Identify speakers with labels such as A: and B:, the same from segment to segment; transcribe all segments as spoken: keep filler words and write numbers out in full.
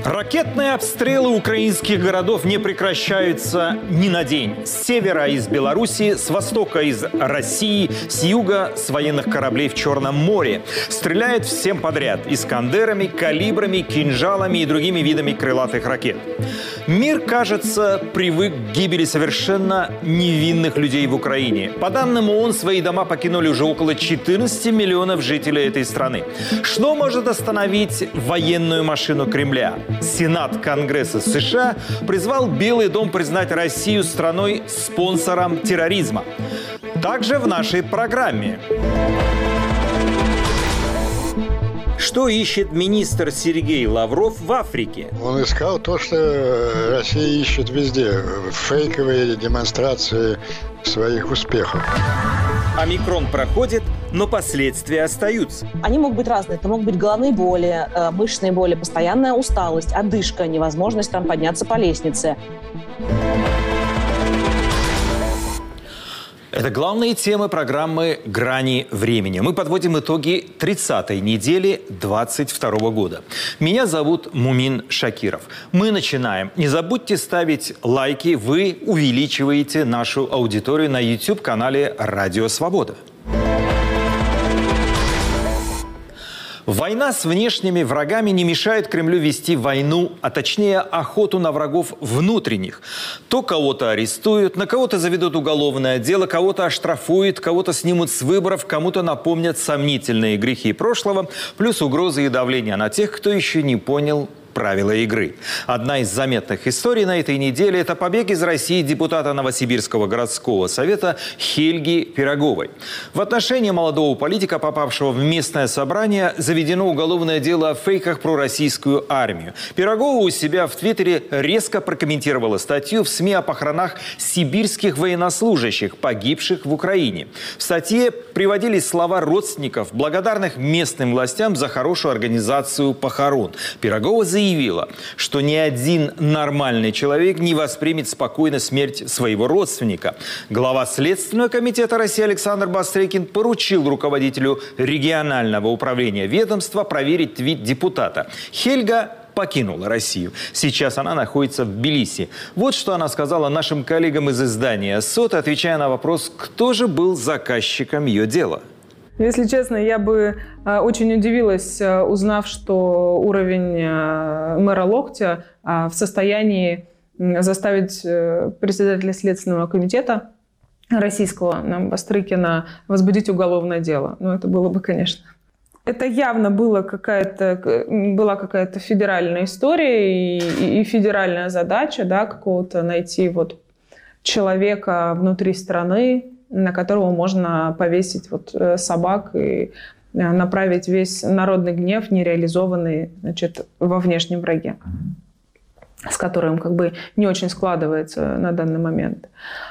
A: Ракетные обстрелы украинских городов не прекращаются ни на день. С севера из Белоруссии, с востока из России, с юга с военных кораблей в Черном море. Стреляют всем подряд – искандерами, калибрами, кинжалами и другими видами крылатых ракет. Мир, кажется, привык к гибели совершенно невинных людей в Украине. По данным ООН, свои дома покинули уже около четырнадцати миллионов жителей этой страны. Что может остановить военную машину Кремля? Сенат Конгресса США призвал Белый дом признать Россию страной-спонсором терроризма. Также в нашей программе. Что ищет министр Сергей Лавров в Африке?
B: Он искал то, что Россия ищет везде. Фейковые демонстрации своих успехов.
A: Омикрон проходит, но последствия остаются.
C: Они могут быть разные. Это могут быть головные боли, мышечные боли, постоянная усталость, одышка, невозможность там подняться по лестнице.
A: Это главные темы программы «Грани времени». Мы подводим итоги тридцатой недели двадцать второго года. Меня зовут Мумин Шакиров. Мы начинаем. Не забудьте ставить лайки. Вы увеличиваете нашу аудиторию на YouTube-канале «Радио Свобода». Война с внешними врагами не мешает Кремлю вести войну, а точнее охоту на врагов внутренних. То кого-то арестуют, на кого-то заведут уголовное дело, кого-то оштрафуют, кого-то снимут с выборов, кому-то напомнят сомнительные грехи прошлого, плюс угрозы и давление на тех, кто еще не понял правила игры. Одна из заметных историй на этой неделе – это побег из России депутата Новосибирского городского совета Хельги Пироговой. В отношении молодого политика, попавшего в местное собрание, заведено уголовное дело о фейках про российскую армию. Пирогова у себя в Твиттере резко прокомментировала статью в СМИ о похоронах сибирских военнослужащих, погибших в Украине. В статье приводились слова родственников, благодарных местным властям за хорошую организацию похорон. Пирогова заявила, заявила, что ни один нормальный человек не воспримет спокойно смерть своего родственника. Глава Следственного комитета России Александр Бастрыкин поручил руководителю регионального управления ведомства проверить твит депутата. Хельга покинула Россию. Сейчас она находится в Тбилиси. Вот что она сказала нашим коллегам из издания СОТ, отвечая на вопрос, кто же был заказчиком ее дела.
D: Если честно, я бы э, очень удивилась, э, узнав, что уровень э, мэра Локтя э, в состоянии э, заставить э, председателя Следственного комитета российского, нам, Бастрыкина, возбудить уголовное дело. Ну, это было бы, конечно. Это явно было какая-то, была какая-то федеральная история и, и, и федеральная задача, да, какого-то найти вот человека внутри страны, на которого можно повесить вот собак и направить весь народный гнев, нереализованный, значит, во внешнем враге, с которым как бы не очень складывается на данный момент.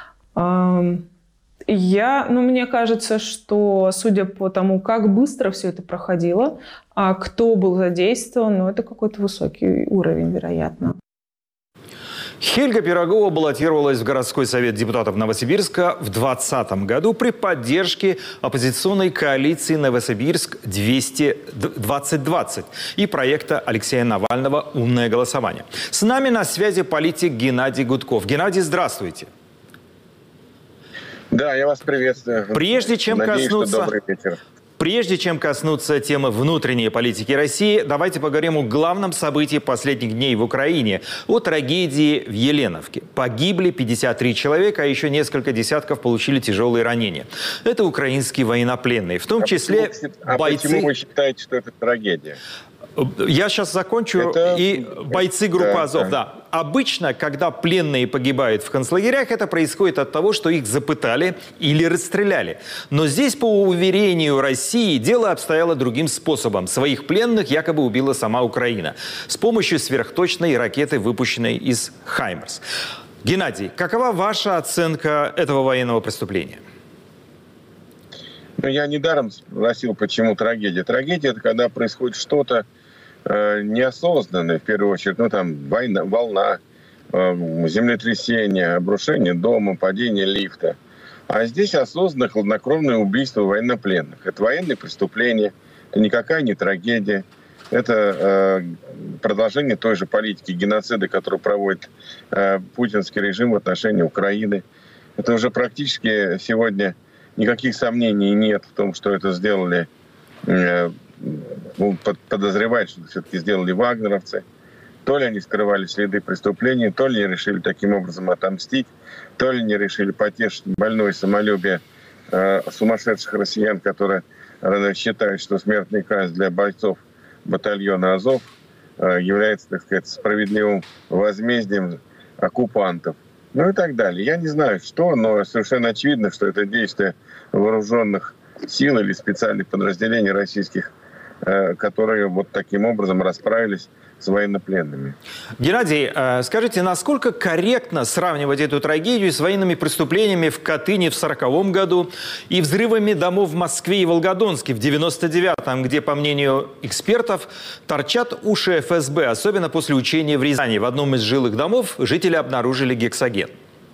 D: Я, ну, мне кажется, что, судя по тому, как быстро все это проходило, а кто был задействован, ну, это какой-то высокий уровень, вероятно.
A: Хельга Пирогова баллотировалась в городской совет депутатов Новосибирска в двадцатом году при поддержке оппозиционной коалиции «Новосибирск двести двадцать двадцать» и проекта Алексея Навального «Умное голосование». С нами на связи политик Геннадий Гудков. Геннадий, здравствуйте.
E: Да, я вас приветствую.
A: Прежде чем
E: Надеюсь,
A: коснуться...
E: Добрый вечер.
A: Прежде чем коснуться темы внутренней политики России, давайте поговорим о главном событии последних дней в Украине, о трагедии в Еленовке. Погибли пятьдесят три человека, а еще несколько десятков получили тяжелые ранения. Это украинские военнопленные, в том
E: а
A: числе
E: почему, а
A: бойцы...
E: почему вы считаете, что это трагедия?
A: Я сейчас закончу.
E: Это...
A: И бойцы группы
E: да,
A: Азов,
E: да.
A: да. Обычно, когда пленные погибают в концлагерях, это происходит от того, что их запытали или расстреляли. Но здесь, по уверению России, дело обстояло другим способом. Своих пленных якобы убила сама Украина с помощью сверхточной ракеты, выпущенной из «Хаймерс». Геннадий, какова ваша оценка этого военного преступления?
E: Ну, я недаром спросил, почему трагедия. Трагедия – это когда происходит что-то э, неосознанное, в первую очередь. Ну, там, война, волна, э, землетрясение, обрушение дома, падение лифта. А здесь осознанное хладнокровное убийство военнопленных. Это военные преступления, это никакая не трагедия. Это продолжение той же политики геноцида, которую проводит путинский режим в отношении Украины. Это уже практически сегодня никаких сомнений нет в том, что это сделали, подозревают, что это все-таки сделали вагнеровцы. То ли они скрывали следы преступлений, то ли они решили таким образом отомстить, то ли они решили потешить больное самолюбие сумасшедших россиян, которые считают, что смертная казнь для бойцов батальона «Азов» является, так сказать, справедливым возмездием оккупантов. Ну и так далее. Я не знаю, что, но совершенно очевидно, что это действие вооруженных сил или специальных подразделений российских, которые вот таким образом расправились с военнопленными.
A: Геннадий, скажите, насколько корректно сравнивать эту трагедию с военными преступлениями в Катыни в сороковом году и взрывами домов в Москве и Волгодонске в девяносто девятом, где, по мнению экспертов, торчат уши эф эс бэ, особенно после учения в Рязани. В одном из жилых домов жители обнаружили гексоген.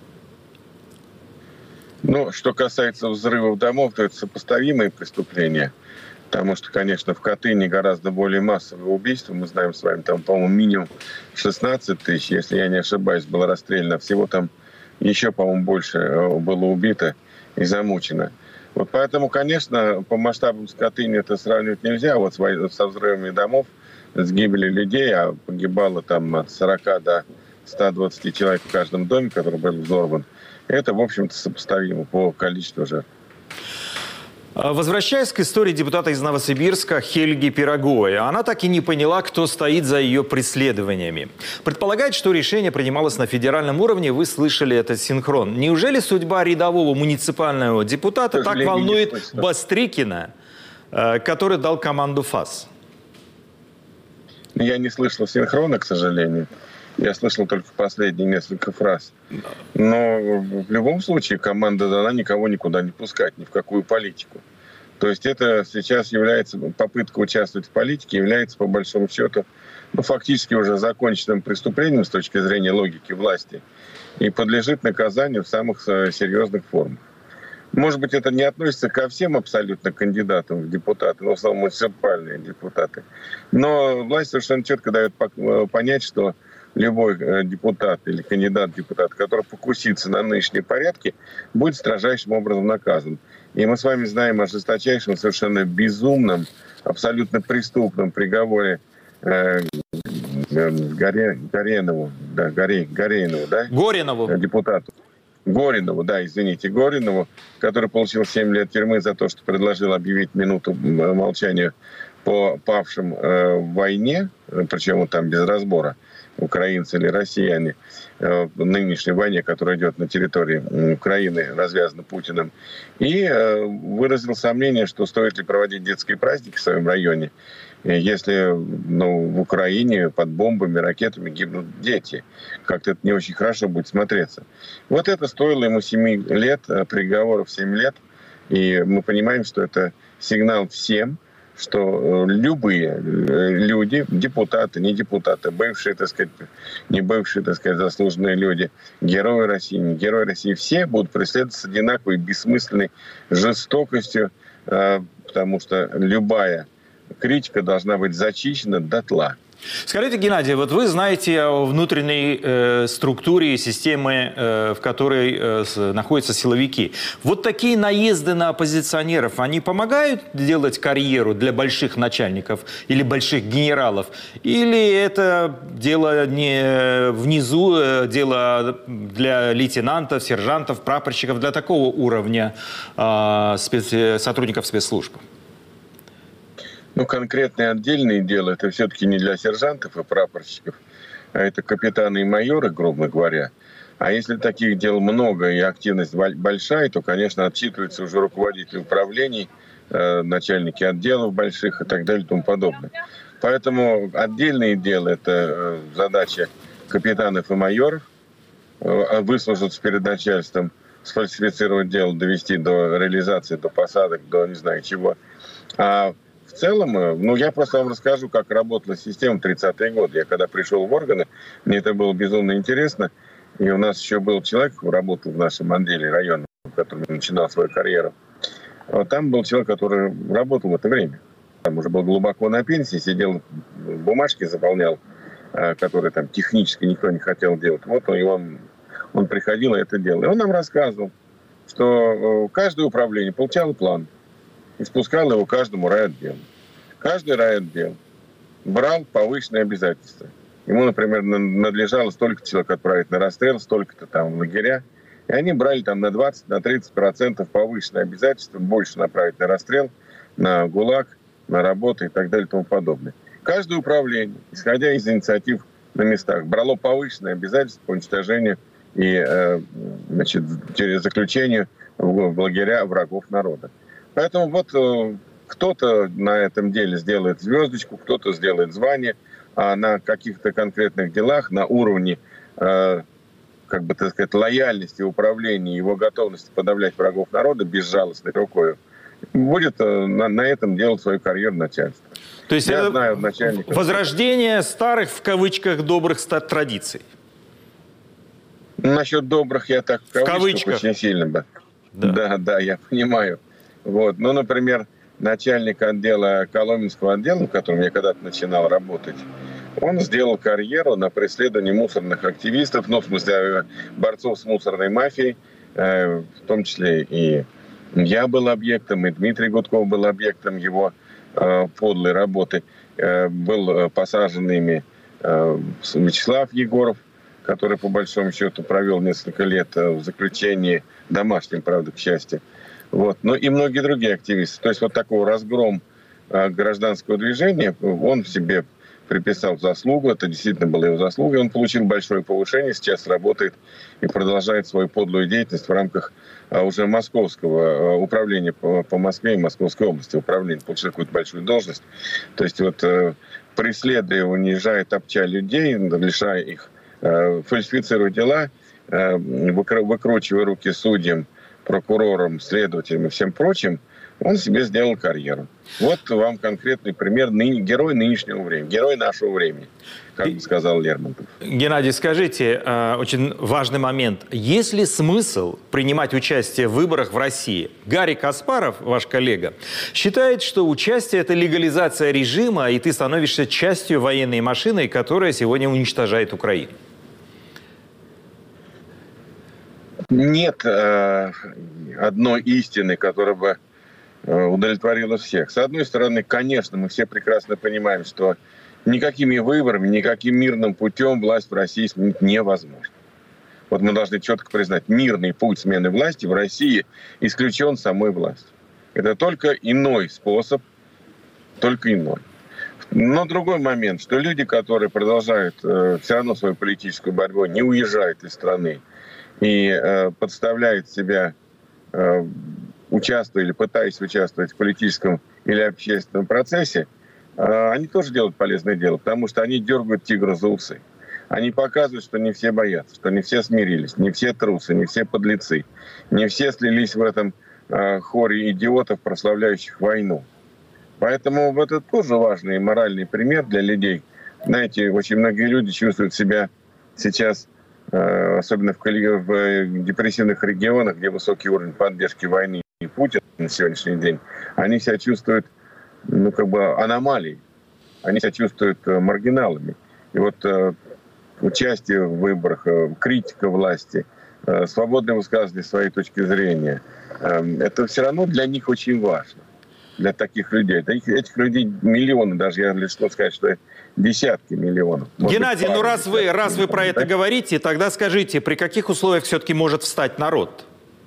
E: Ну, что касается взрывов домов, то это сопоставимые преступления. Потому что, конечно, в Катыни гораздо более массовые убийства. Мы знаем с вами, там, по-моему, минимум шестнадцать тысяч, если я не ошибаюсь, было расстреляно. Всего там еще, по-моему, больше было убито и замучено. Вот поэтому, конечно, по масштабам с Катыни это сравнивать нельзя. Вот со взрывами домов, с гибелью людей, а погибало там от сорока до ста двадцати человек в каждом доме, который был взорван. Это, в общем-то, сопоставимо по количеству жертв.
A: Возвращаясь к истории депутата из Новосибирска Хельги Пироговой, она так и не поняла, кто стоит за ее преследованиями. Предполагает, что решение принималось на федеральном уровне, вы слышали этот синхрон. Неужели судьба рядового муниципального депутата так волнует Бастрыкина, который дал команду ФАС?
E: Я не слышал синхрона, к сожалению. Я слышал только последние несколько фраз. Но в любом случае команда дана никого никуда не пускать, ни в какую политику. То есть это сейчас является, попытка участвовать в политике является по большому счету, ну, фактически уже законченным преступлением с точки зрения логики власти и подлежит наказанию в самых серьезных формах. Может быть, это не относится ко всем абсолютно кандидатам в депутаты, но в основном муниципальные депутаты. Но власть совершенно четко дает понять, что любой депутат или кандидат в депутат, который покусится на нынешние порядки, будет строжайшим образом наказан. И мы с вами знаем о жесточайшем, совершенно безумном, абсолютно преступном приговоре э, Горе, Горенову, да, Горе, Горенову, да?
A: Горинову.
E: Депутату. Горинову, да, извините, Горинову, который получил семь лет тюрьмы за то, что предложил объявить минуту молчания по павшим э, в войне, причем вот там без разбора, украинцы или россияне, в нынешней войне, которая идет на территории Украины, развязана Путиным, и выразил сомнение, что стоит ли проводить детские праздники в своем районе, если, ну, в Украине под бомбами, ракетами гибнут дети. Как-то это не очень хорошо будет смотреться. Вот это стоило ему семи лет, приговоров семь лет, и мы понимаем, что это сигнал всем, что любые люди, депутаты, не депутаты, бывшие, так сказать, не бывшие, так сказать, заслуженные люди, герои России, не герои России, все будут преследовать с одинаковой бессмысленной жестокостью, потому что любая критика должна быть зачищена дотла.
A: Скажите, Геннадий, вот вы знаете о внутренней э, структуре системы, э, в которой э, с, находятся силовики. Вот такие наезды на оппозиционеров, они помогают делать карьеру для больших начальников или больших генералов? Или это дело не внизу, дело для лейтенантов, сержантов, прапорщиков, для такого уровня э, спец... сотрудников спецслужб?
E: Ну, конкретные отдельные дела, это все-таки не для сержантов и прапорщиков, а это капитаны и майоры, грубо говоря. А если таких дел много и активность большая, то, конечно, отчитываются уже руководители управлений, начальники отделов больших и так далее и тому подобное. Поэтому отдельные дела – это задача капитанов и майоров, выслужиться перед начальством, сфальсифицировать дело, довести до реализации, до посадок, до не знаю чего. А в целом, ну, я просто вам расскажу, как работала система в тридцатые годы. Я когда пришел в органы, мне это было безумно интересно. И у нас еще был человек, который работал в нашем отделе районном, который начинал свою карьеру. Вот там был человек, который работал в это время. там уже был глубоко на пенсии, сидел, бумажки заполнял, которые там технически никто не хотел делать. Вот он, он, он приходил и это делал. И он нам рассказывал, что каждое управление получало план и спускало его каждому райотделу. Каждый райотдел брал повышенные обязательства. Ему, например, надлежало столько человек отправить на расстрел, столько-то там в лагеря. И они брали там на двадцать-тридцать процентов повышенные обязательства, больше направить на расстрел, на ГУЛАГ, на работу и так далее и тому подобное. Каждое управление, исходя из инициатив на местах, брало повышенные обязательства по уничтожению и э, значит, через заключение в лагеря врагов народа. Поэтому вот э, кто-то на этом деле сделает звездочку, кто-то сделает звание, а на каких-то конкретных делах, на уровне, э, как бы так сказать, лояльности управления, его готовности подавлять врагов народа безжалостной рукой, будет э, на, на этом делать свою карьеру начальство.
A: То есть
E: Я
A: это
E: знаю начальников...
A: возрождение старых, в кавычках, добрых традиций.
E: Насчет добрых я так в кавычках, в кавычках. очень сильно бы. Да. да, да, я понимаю. Вот. Ну, например, начальник отдела, Коломенского отдела, в котором я когда-то начинал работать, он сделал карьеру на преследовании мусорных активистов, ну, в смысле, борцов с мусорной мафией, э, в том числе и я был объектом, и Дмитрий Гудков был объектом его э, подлой работы. Э, был посажен ими э, Вячеслав Егоров, который, по большому счету, провел несколько лет в заключении, домашнем, правда, к счастью. Вот. Ну и многие другие активисты. То есть вот такой разгром э, гражданского движения он в себе приписал заслугу. Это действительно была его заслуга. Он получил большое повышение, сейчас работает и продолжает свою подлую деятельность в рамках э, уже московского э, управления по, по Москве и Московской области. Управление получил какую-то большую должность. То есть вот э, преследуя, унижая, топча людей, лишая их, э, фальсифицируя дела, э, выкручивая руки судьям, прокурором, следователям и всем прочим, он себе сделал карьеру. Вот вам конкретный пример ныне, герой нынешнего времени, герой нашего времени, как бы сказал Лермонтов.
A: Геннадий, скажите, очень важный момент. Есть ли смысл принимать участие в выборах в России? Гарри Каспаров, ваш коллега, считает, что участие – это легализация режима, и ты становишься частью военной машины, которая сегодня уничтожает Украину.
E: Нет э, одной истины, которая бы э, удовлетворила всех. С одной стороны, конечно, мы все прекрасно понимаем, что никакими выборами, никаким мирным путем власть в России сменить невозможно. Вот мы должны четко признать, мирный путь смены власти в России исключен самой властью. Это только иной способ, только иной. Но другой момент, что люди, которые продолжают э, все равно свою политическую борьбу, не уезжают из страны, и э, подставляет себя, э, участвуя или пытаясь участвовать в политическом или общественном процессе, э, они тоже делают полезное дело, потому что они дергают тигра за усы. Они показывают, что не все боятся, что не все смирились, не все трусы, не все подлецы, не все слились в этом э, хоре идиотов, прославляющих войну. Поэтому это тоже важный моральный пример для людей. Знаете, очень многие люди чувствуют себя сейчас, особенно в, в депрессивных регионах, где высокий уровень поддержки войны и Путина на сегодняшний день, они себя чувствуют, ну, как бы аномалией. Они себя чувствуют маргиналами. И вот э, участие в выборах, э, критика власти, э, свободное высказывание своей точки зрения, э, это все равно для них очень важно. Для таких людей. Этих, этих людей миллионы, даже я лишь могу сказать, что десятки миллионов.
A: Геннадий, быть, ну раз вы, раз вы про это говорите, тогда скажите, при каких условиях все-таки может встать народ?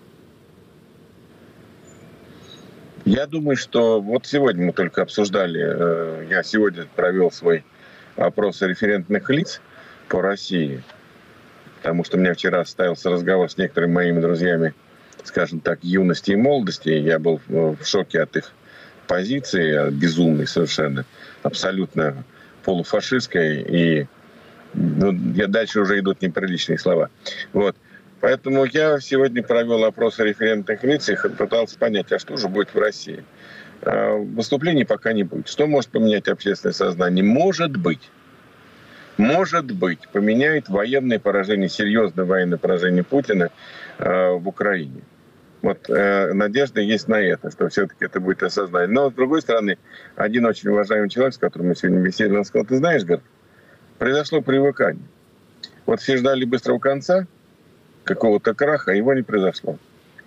E: Я думаю, что вот сегодня мы только обсуждали, я сегодня провел свой опрос референтных лиц по России, потому что у меня вчера состоялся разговор с некоторыми моими друзьями, скажем так, юности и молодости, я был в шоке от их позиции, безумной совершенно, абсолютно полуфашистской, и ну, я, дальше уже идут неприличные слова. Вот. Поэтому я сегодня провел опрос референтных лиц и пытался понять, а что же будет в России. Выступлений пока не будет. Что может поменять общественное сознание? Может быть. Может быть, поменяет военное поражение, серьезное военное поражение Путина в Украине. Вот э, надежда есть на это, что все-таки это будет осознание. Но, с другой стороны, один очень уважаемый человек, с которым мы сегодня беседовали, он сказал: ты знаешь, говорит, произошло привыкание. Вот все ждали быстрого конца, какого-то краха, а его не произошло.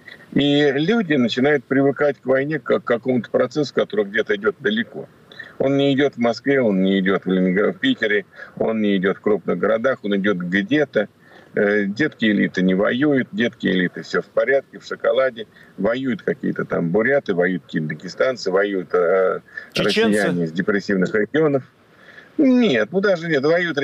E: И люди начинают привыкать к войне, как к какому-то процессу, который где-то идет далеко. Он не идет в Москве, он не идет в Ленинграде, в Питере, он не идет в крупных городах, он идет где-то. Детки элиты не воюют, детки элиты все в порядке, в шоколаде. Воюют какие-то там буряты, воюют какие-то дагестанцы, воюют э, россияне из депрессивных регионов. Нет, ну даже нет. Воюют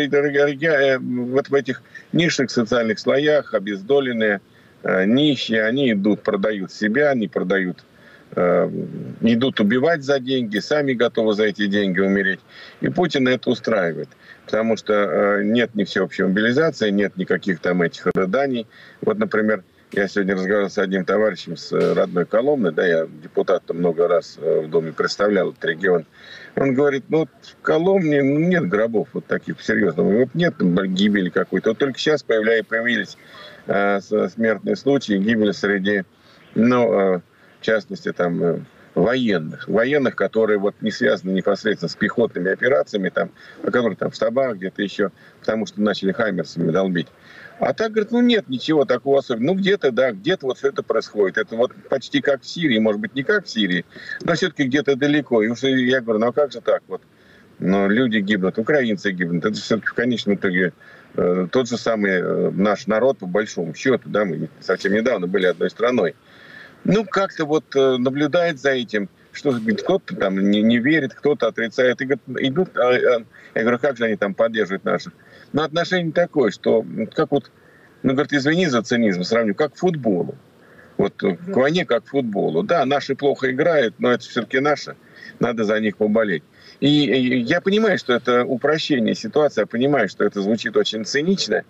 E: э, вот в этих низших социальных слоях, обездоленные, э, нищие. Они идут, продают себя, они продают, э, идут убивать за деньги, сами готовы за эти деньги умереть. И Путин это устраивает. Потому что э, нет ни всеобщей мобилизации, нет никаких там этих рыданий. Вот, например, я сегодня разговаривал с одним товарищем с родной Коломны, да, я депутат много раз в Доме представлял этот регион. Он говорит: ну, вот в Коломне нет гробов вот таких серьезных, вот нет гибели какой-то. Вот только сейчас появляются, появились э, смертные случаи, гибель среди, ну, э, в частности, там, э, военных. Военных, которые вот не связаны непосредственно с пехотными операциями, там, которые там в штабах где-то еще, потому что начали хаймерсами долбить. А так, говорит, ну нет ничего такого особенного. Ну где-то, да, где-то вот все это происходит. Это вот почти как в Сирии, может быть, не как в Сирии, но все-таки где-то далеко. И уж я говорю, ну а как же так вот? Но люди гибнут, украинцы гибнут. Это все-таки в конечном итоге э, тот же самый э, наш народ, по большому счету, да, мы совсем недавно были одной страной. Ну, как-то вот э, наблюдает за этим, что кто-то там не, не верит, кто-то отрицает. И говорит, идут, а, а, я говорю, как же они там поддерживают наших? Но отношение такое, что, как вот, ну, говорит, извини за цинизм, сравню, как к футболу. Вот к войне, как к футболу. Да, наши плохо играют, но это все-таки наши. Надо за них поболеть. И, и я понимаю, что это упрощение ситуации, я понимаю, что это звучит очень цинично.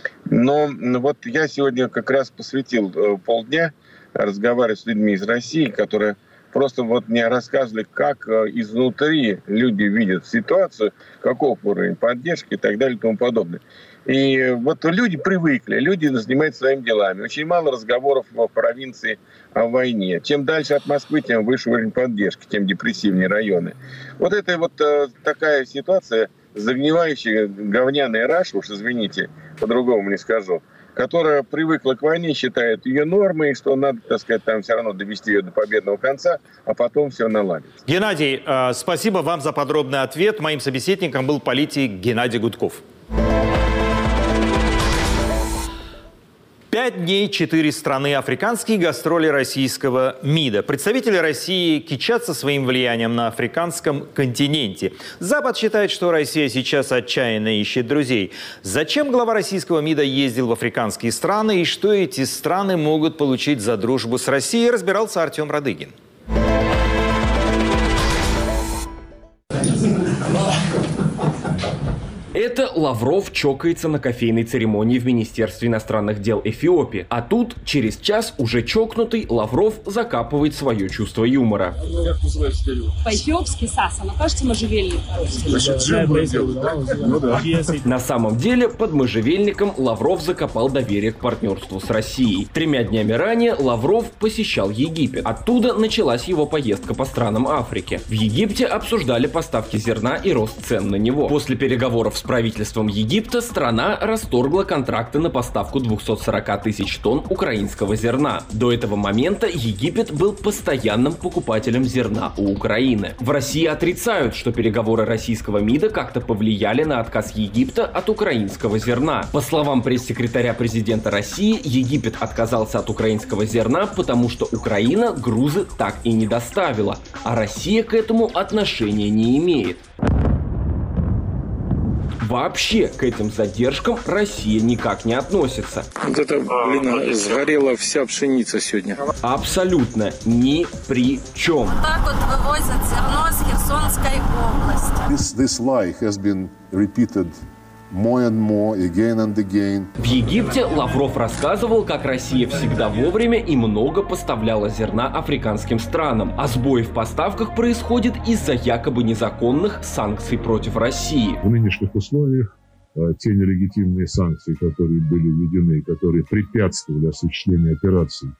E: Но вот я сегодня как раз посвятил полдня разговаривать с людьми из России, которые просто вот мне рассказывали, как изнутри люди видят ситуацию, каков уровень поддержки и так далее и тому подобное. И вот люди привыкли, люди занимаются своими делами. Очень мало разговоров в провинции о войне. Чем дальше от Москвы, тем выше уровень поддержки, тем депрессивнее районы. Вот это вот э, такая ситуация, загнивающая говняная раша, уж извините, по-другому не скажу, которая привыкла к войне, считает ее нормой, что надо, так сказать, там все равно довести ее до победного конца, а потом все наладится.
A: Геннадий, э, спасибо вам за подробный ответ. Моим собеседником был политик Геннадий Гудков. Пять дней, четыре страны, африканские гастроли российского МИДа. Представители России кичатся своим влиянием на африканском континенте. Запад считает, что Россия сейчас отчаянно ищет друзей. Зачем глава российского МИДа ездил в африканские страны и что эти страны могут получить за дружбу с Россией, разбирался Артем Радыгин.
F: Это Лавров чокается на кофейной церемонии в Министерстве иностранных дел Эфиопии. А тут, через час, уже чокнутый, Лавров закапывает свое чувство юмора.
G: По-эфиопски саса, но кажется можжевельник.
F: На самом деле, под можжевельником Лавров закопал доверие к партнерству с Россией. Тремя днями ранее Лавров посещал Египет. Оттуда началась его поездка по странам Африки. В Египте обсуждали поставки зерна и рост цен на него. После переговоров с правительством Египта страна расторгла контракты на поставку двухсот сорока тысяч тонн украинского зерна. До этого момента Египет был постоянным покупателем зерна у Украины. В России отрицают, что переговоры российского МИДа как-то повлияли на отказ Египта от украинского зерна. По словам пресс-секретаря президента России, Египет отказался от украинского зерна, потому что Украина грузы так и не доставила, а Россия к этому отношения не имеет. Вообще к этим задержкам Россия никак не относится.
H: Вот это, блин, сгорела вся пшеница сегодня.
F: Абсолютно ни при чем.
G: Так вот вывозят зерно с Херсонской области.
I: This, this lie has been repeated more and more, again and again.
F: В Египте Лавров рассказывал, как Россия всегда вовремя и много поставляла зерна африканским странам, а сбои в поставках происходят из-за якобы незаконных санкций против России.
J: В нынешних условиях те нелегитимные санкции, которые были введены, которые препятствовали осуществлению операций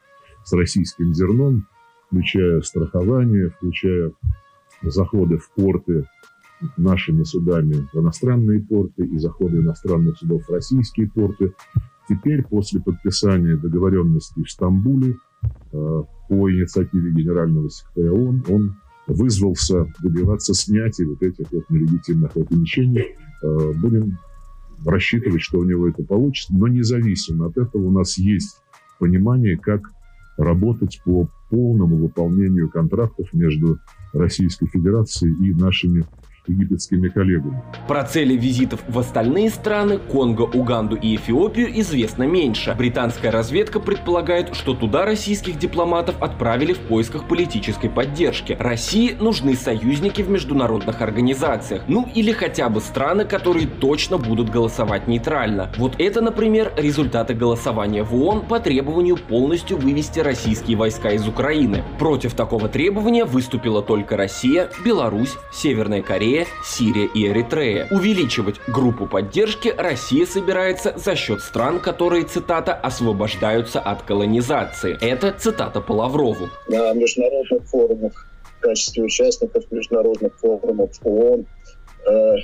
J: с российским зерном, включая страхование, включая заходы в порты нашими судами в иностранные порты и заходы иностранных судов в российские порты. Теперь, после подписания договоренности в Стамбуле по инициативе генерального секретаря ООН, он вызвался добиваться снятия вот этих вот нелегитимных ограничений. Будем рассчитывать, что у него это получится, но независимо от этого у нас есть понимание, как работать по полному выполнению контрактов между Российской Федерацией и нашими египетскими коллегами.
F: Про цели визитов в остальные страны, Конго, Уганду и Эфиопию, известно меньше. Британская разведка предполагает, что туда российских дипломатов отправили в поисках политической поддержки. России нужны союзники в международных организациях. Ну или хотя бы страны, которые точно будут голосовать нейтрально. Вот это, например, результаты голосования в ООН по требованию полностью вывести российские войска из Украины. Против такого требования выступила только Россия, Беларусь, Северная Корея, Сирия и Эритрея. Увеличивать группу поддержки Россия собирается за счет стран, которые, цитата, освобождаются от колонизации. Это цитата по Лаврову.
K: На международных форумах, в качестве участников международных форумов ООН, э,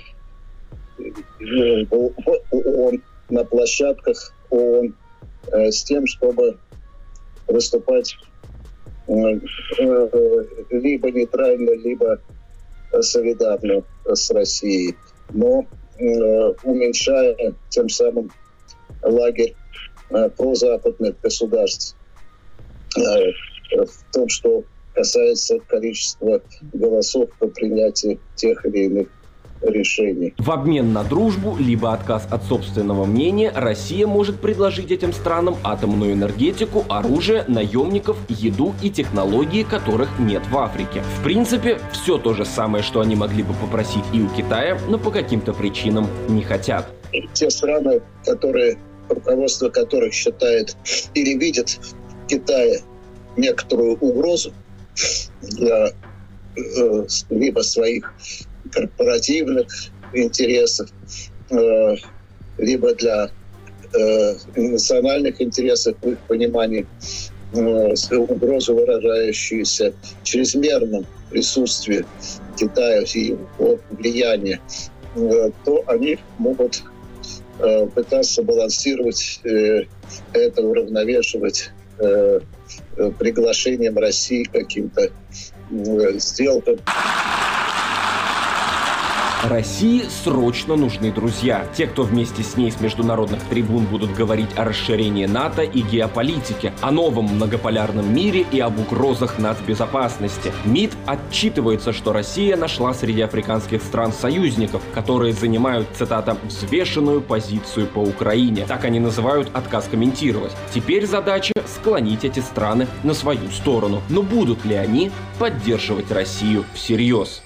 K: ООН на площадках ООН э, с тем, чтобы выступать э, э, либо нейтрально, либо солидарно с Россией, но э, уменьшая тем самым лагерь э, прозападных государств э, в том, что касается количества голосов по принятию тех или иных решений.
F: В обмен на дружбу, либо отказ от собственного мнения, Россия может предложить этим странам атомную энергетику, оружие, наемников, еду и технологии, которых нет в Африке. В принципе, все то же самое, что они могли бы попросить и у Китая, но по каким-то причинам не хотят.
K: Те страны, которые, руководство которых считает или видит в Китае некоторую угрозу для э, либо своих корпоративных интересов, э, либо для э, национальных интересов, в их понимании, э, угрозу, выражающуюся в чрезмерном присутствии Китая и его влияния, э, то они могут э, пытаться балансировать э, это, уравновешивать э, э, приглашением России к каким-то э, сделкам.
F: России срочно нужны друзья. Те, кто вместе с ней с международных трибун будут говорить о расширении НАТО и геополитике, о новом многополярном мире и об угрозах нацбезопасности. МИД отчитывается, что Россия нашла среди африканских стран союзников, которые занимают, цитата, «взвешенную позицию по Украине». Так они называют отказ комментировать. Теперь задача склонить эти страны на свою сторону. Но будут ли они поддерживать Россию всерьез?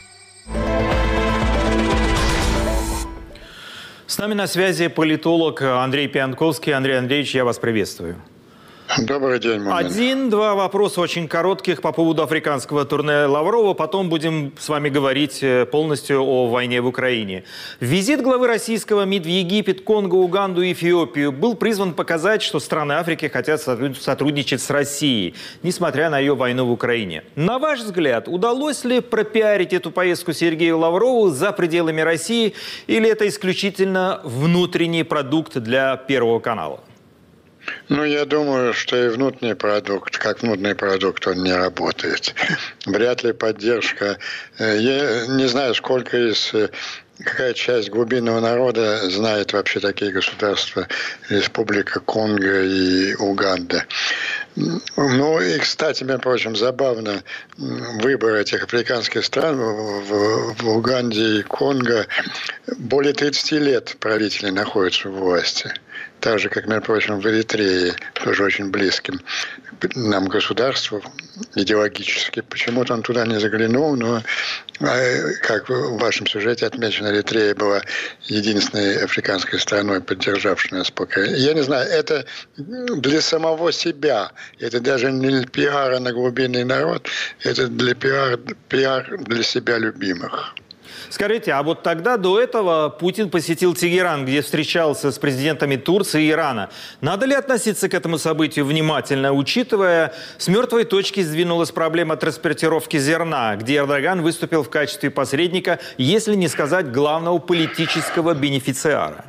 A: С нами на связи политолог Андрей Пианковский. Андрей Андреевич, я вас приветствую.
B: Добрый день, Мамин.
A: Один-два вопроса очень коротких по поводу африканского турне Лаврова. Потом будем с вами говорить полностью о войне в Украине. Визит главы российского МИД в Египет, Конго, Уганду и Эфиопию был призван показать, что страны Африки хотят сотрудничать с Россией, несмотря на ее войну в Украине. На ваш взгляд, удалось ли пропиарить эту поездку Сергею Лаврову за пределами России, или это исключительно внутренний продукт для Первого канала?
B: Ну, я думаю, что и внутренний продукт, как внутренний продукт, он не работает. Вряд ли поддержка. Я не знаю, сколько из... Какая часть глубинного народа знает вообще такие государства, Республика Конго и Уганда. Ну и, кстати, между прочим, забавно, выбор этих африканских стран в, в Уганде и Конго более тридцати лет правители находятся в власти. Так же, как, между прочим, в Эритрее, тоже очень близким нам государству идеологически. Почему-то он туда не заглянул, но, как в вашем сюжете отмечено, Эритрея была единственной африканской страной, поддержавшей нас пока. Я не знаю, это для самого себя. Это даже не для пиара на глубинный народ, это для пиар, пиар для себя любимых.
A: Скажите, а вот тогда до этого Путин посетил Тегеран, где встречался с президентами Турции и Ирана. Надо ли относиться к этому событию внимательно, учитывая, с мертвой точки сдвинулась проблема транспортировки зерна, где Эрдоган выступил в качестве посредника, если не сказать главного политического бенефициара?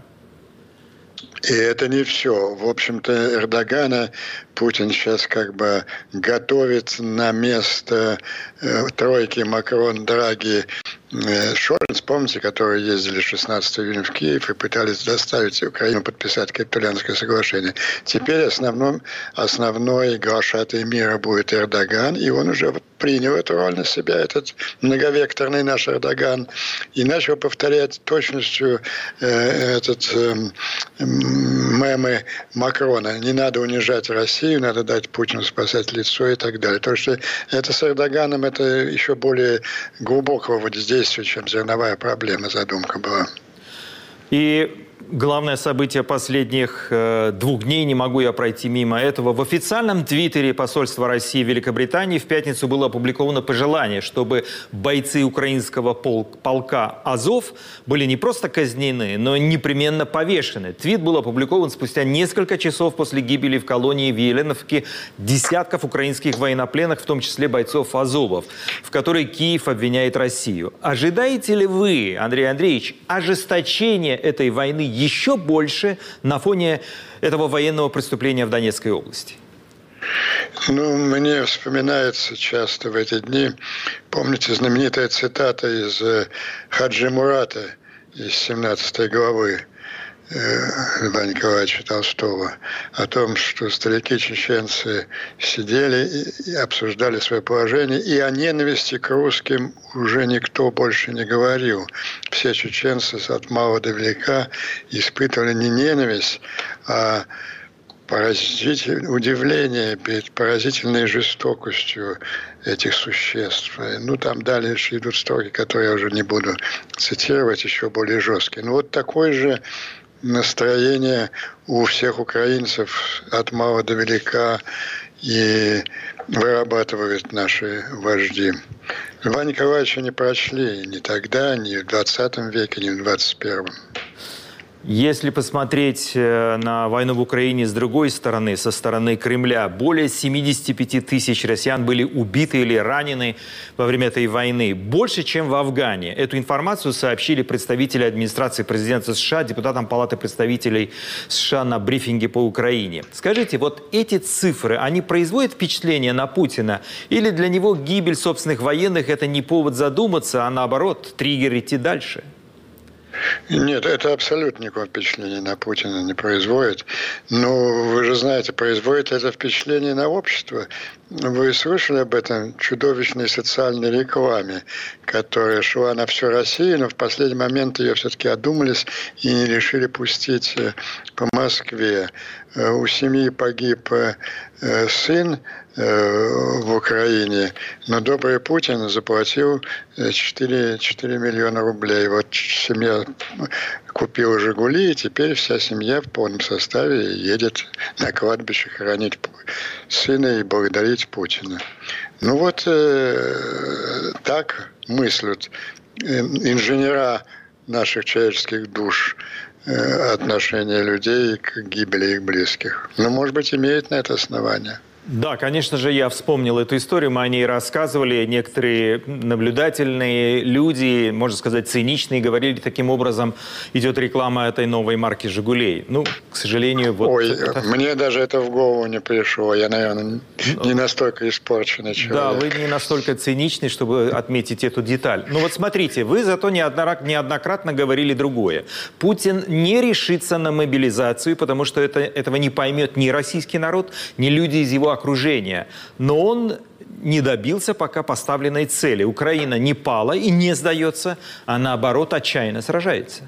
B: И это не все. В общем-то, Эрдогана Путин сейчас как бы готовит на место э, тройки Макрон, Драги, э, Шольц, помните, которые ездили шестнадцатого июня в Киев и пытались заставить Украину подписать капитулянское соглашение. Теперь основном, основной глашатай мира будет Эрдоган, и он уже принял эту роль на себя, этот многовекторный наш Эрдоган, и начал повторять точностью э, этот э, мемы Макрона. Не надо унижать Россию, надо дать Путину спасать лицо и так далее. То, что это с Эрдоганом, это еще более глубокого воздействия, чем зерновая проблема, задумка была.
A: И главное событие последних э, двух дней, не могу я пройти мимо этого. В официальном твиттере посольства России в Великобритании в пятницу было опубликовано пожелание, чтобы бойцы украинского пол полка «Азов» были не просто казнены, но непременно повешены. Твит был опубликован спустя несколько часов после гибели в колонии в Еленовке десятков украинских военнопленных, в том числе бойцов «Азовов», в которой Киев обвиняет Россию. Ожидаете ли вы, Андрей Андреевич, ожесточения этой войны еще больше на фоне этого военного преступления в Донецкой области?
B: Ну, мне вспоминается часто в эти дни, помните, знаменитая цитата из Хаджи Мурата из семнадцатой главы Льва Николаевича Толстого о том, что старики-чеченцы сидели и обсуждали свое положение, и о ненависти к русским уже никто больше не говорил. Все чеченцы от мала до велика испытывали не ненависть, а поразительное удивление перед поразительной жестокостью этих существ. Ну, там дальше идут строки, которые я уже не буду цитировать, еще более жесткие. Но вот такой же настроение у всех украинцев от мала до велика и вырабатывают наши вожди. Льва Николаевича не прочли ни тогда, ни в двадцатом веке, ни в двадцать первом.
A: Если посмотреть на войну в Украине с другой стороны, со стороны Кремля, более семидесяти пяти тысяч россиян были убиты или ранены во время этой войны. Больше, чем в Афгане. Эту информацию сообщили представители администрации президента США, депутатам Палаты представителей США на брифинге по Украине. Скажите, вот эти цифры, они производят впечатление на Путина? Или для него гибель собственных военных – это не повод задуматься, а наоборот, триггер идти дальше?
B: Нет, это абсолютно никакого впечатления на Путина не производит. Но вы же знаете, производит это впечатление на общество. Вы слышали об этом чудовищной социальной рекламе, которая шла на всю Россию, но в последний момент ее все-таки одумались и не решили пустить по Москве. У семьи погиб сын в Украине, но добрый Путин заплатил четыре, четыре миллиона рублей. Вот семья купила «Жигули», и теперь вся семья в полном составе едет на кладбище хоронить сына и благодарить Путина. Ну вот э, так мыслят инженера наших человеческих душ отношение людей к гибели их близких. Но, может быть, имеет на это основание.
A: Да, конечно же, я вспомнил эту историю, мы о ней рассказывали. Некоторые наблюдательные люди, можно сказать, циничные, говорили таким образом, идет реклама этой новой марки «Жигулей». Ну, к сожалению, вот...
B: Ой,
A: это...
B: мне даже это в голову не пришло. Я, наверное, не настолько испорченный человек.
A: Да, вы не настолько циничный, чтобы отметить эту деталь. Ну вот смотрите, вы зато неоднократно говорили другое. Путин не решится на мобилизацию, потому что это, этого не поймет ни российский народ, ни люди из его окружения. Но он не добился пока поставленной цели. Украина не пала и не сдается, а наоборот отчаянно сражается.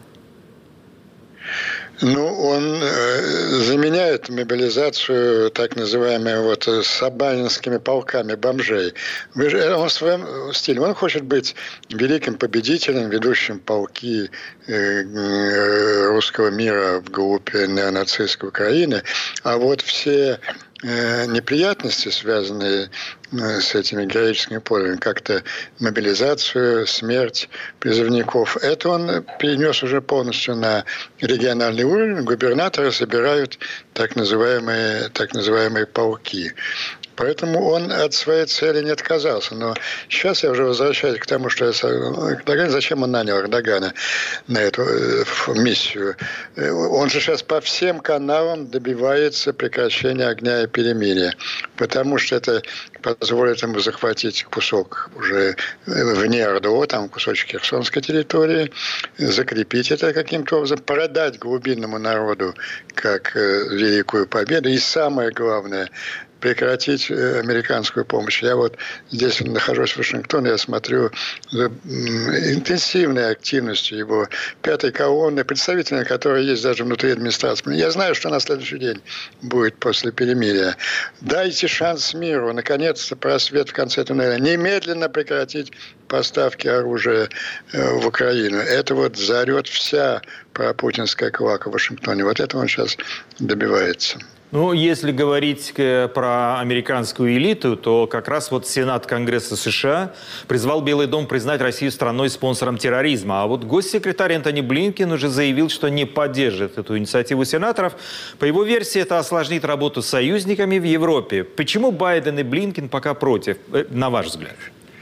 B: Ну, он э, заменяет мобилизацию так называемыми вот собанинскими полками бомжей. Вы же, он в своем стиле, он хочет быть великим победителем, ведущим полки э, э, русского мира вглубь неонацистской Украины, а вот все э, неприятности, связанные э, с этими героическими подвигами, как-то мобилизацию, смерть призывников, это он перенес уже полностью на региональный уровень. Губернаторы собирают так называемые, так называемые полки. Поэтому он от своей цели не отказался. Но сейчас я уже возвращаюсь к тому, что я Эрдоган, зачем он нанял Эрдогана на эту э, миссию. Он же сейчас по всем каналам добивается прекращения огня и перемирия, потому что это позволит ему захватить кусок уже вне РДО, там кусочек Херсонской территории, закрепить это каким-то образом, продать глубинному народу как э, великую победу. И самое главное – прекратить американскую помощь. Я вот здесь нахожусь в Вашингтоне, я смотрю за интенсивной активностью его пятой колонны, представителей, которые есть даже внутри администрации. Я знаю, что на следующий день будет после перемирия. Дайте шанс миру, наконец-то просвет в конце туннеля. Немедленно прекратить поставки оружия в Украину. Это вот заорет вся пропутинская квака в Вашингтоне. Вот этого он сейчас добивается.
A: Ну, если говорить про американскую элиту, то как раз вот Сенат Конгресса США призвал Белый дом признать Россию страной-спонсором терроризма. А вот госсекретарь Энтони Блинкен уже заявил, что не поддержит эту инициативу сенаторов. По его версии, это осложнит работу с союзниками в Европе. Почему Байден и Блинкен пока против, на ваш взгляд?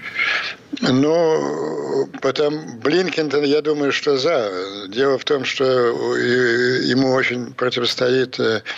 B: Ну, потом Блинкен, я думаю, что за. Дело в том, что ему очень противостоит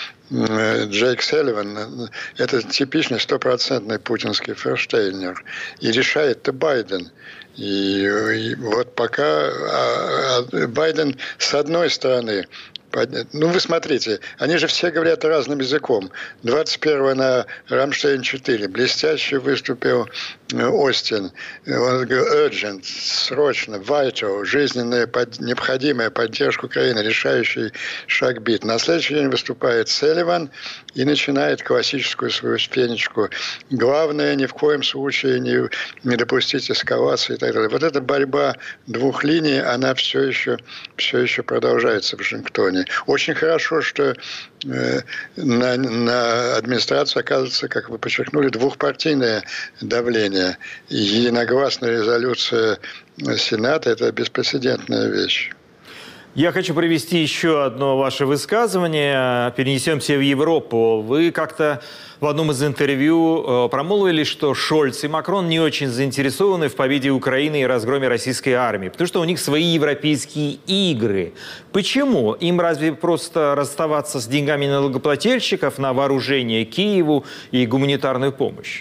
B: Джейк Салливан. Это типичный стопроцентный путинский ферштейнер. И решает-то Байден. И, и вот пока а, а Байден с одной стороны... Ну, вы смотрите, они же все говорят разным языком. двадцать первого на Рамштейн-четыре блестяще выступил Остин. Он говорил, urgent, срочно, vital, жизненная, под, необходимая поддержка Украины, решающий шаг бит. На следующий день выступает Салливан и начинает классическую свою фенечку. Главное, ни в коем случае не, не допустить эскалации и так далее. Вот эта борьба двух линий, она все еще, все еще продолжается в Вашингтоне. Очень хорошо, что э, на, на администрацию оказывается, как вы подчеркнули, двухпартийное давление. И единогласная резолюция Сената – это беспрецедентная вещь.
A: Я хочу привести еще одно ваше высказывание. Перенесемся в Европу. Вы как-то в одном из интервью промолвили, что Шольц и Макрон не очень заинтересованы в победе Украины и разгроме российской армии, потому что у них свои европейские игры. Почему? Им разве просто расставаться с деньгами налогоплательщиков на вооружение Киеву и гуманитарную помощь?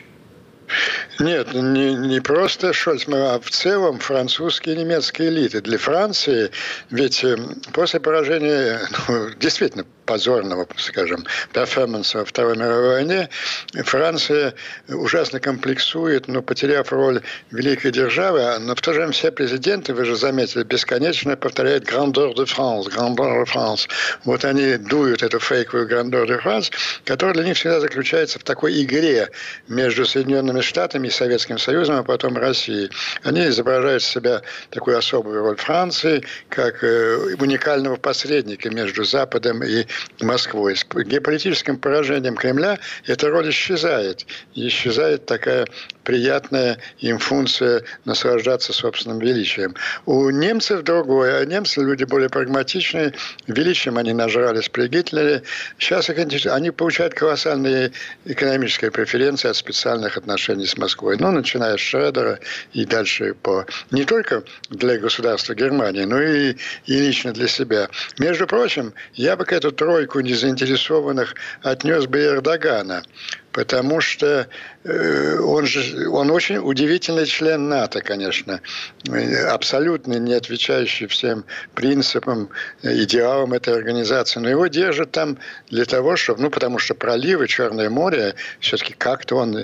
B: Нет, не, не просто Шольц, а в целом французские и немецкие элиты. Для Франции, ведь после поражения, ну, действительно позорного, скажем, перформанса во Второй мировой войне, Франция ужасно комплексует, но потеряв роль великой державы, но в то же время все президенты, вы же заметили, бесконечно повторяют «Grandeur de France», «Grandeur de France». Вот они дуют эту фейковую «Grandeur de France», которая для них всегда заключается в такой игре между Соединенными Штатами и Советским Союзом, а потом Россией. Они изображают себя такую особую роль Франции, как уникального посредника между Западом и Москвой. С геополитическим поражением Кремля эта роль исчезает. И исчезает такая приятная им функция наслаждаться собственным величием. У немцев другое. А немцы люди более прагматичные. Величием они нажрались при Гитлере. Сейчас они получают колоссальные экономические преференции от специальных отношений с Москвой. Ну, начиная с Шредера и дальше по... Не только для государства Германии, но и, и лично для себя. Между прочим, я бы к эту тройку незаинтересованных отнес бы Эрдогана. Потому что э, он же он очень удивительный член НАТО, конечно, абсолютно не отвечающий всем принципам, идеалам этой организации. Но его держат там для того, чтобы, ну, потому что проливы, Черное море, все-таки как-то он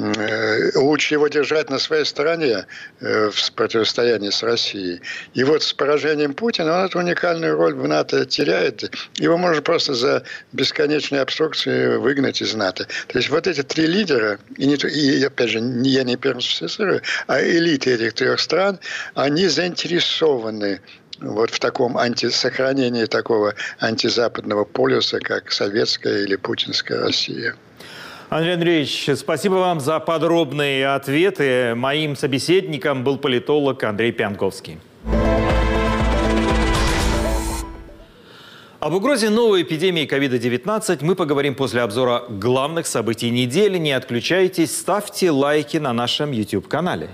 B: э, лучше его держать на своей стороне э, в противостоянии с Россией. И вот с поражением Путина он эту уникальную роль в НАТО теряет. Его можно просто за бесконечные обструкции выгнать из НАТО. То есть вот эти три лидера, и, не, и опять же, я не первенство СССР, а элиты этих трех стран, они заинтересованы вот в таком антисохранении такого антизападного полюса, как советская или путинская Россия.
A: Андрей Андреевич, спасибо вам за подробные ответы. Моим собеседником был политолог Андрей Пьянковский. Об угрозе новой эпидемии ковид девятнадцать мы поговорим после обзора главных событий недели. Не отключайтесь, ставьте лайки на нашем YouTube-канале.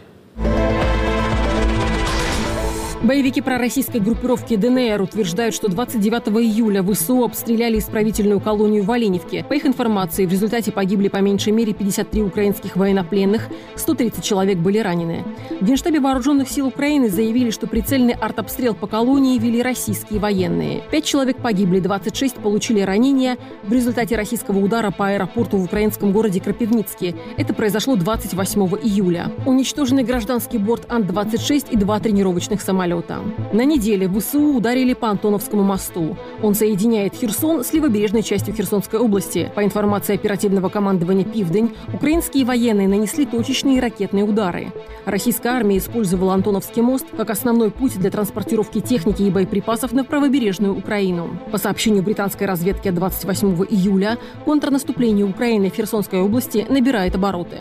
L: Боевики пророссийской группировки ДНР утверждают, что двадцать девятого июля ВСУ обстреляли исправительную колонию в Оленевке. По их информации, в результате погибли по меньшей мере пятьдесят три украинских военнопленных, сто тридцать человек были ранены. В Генштабе Вооруженных сил Украины заявили, что прицельный артобстрел по колонии вели российские военные. Пять человек погибли, двадцать шесть получили ранения в результате российского удара по аэропорту в украинском городе Крапивницке. Это произошло двадцать восьмого июля. Уничтожены гражданский борт Ан двадцать шесть и два тренировочных самолета. На неделе ВСУ ударили по Антоновскому мосту. Он соединяет Херсон с левобережной частью Херсонской области. По информации оперативного командования «Пивдень», украинские военные нанесли точечные ракетные удары. Российская армия использовала Антоновский мост как основной путь для транспортировки техники и боеприпасов на правобережную Украину. По сообщению британской разведки от двадцать восьмого июля, контрнаступление Украины в Херсонской области набирает обороты.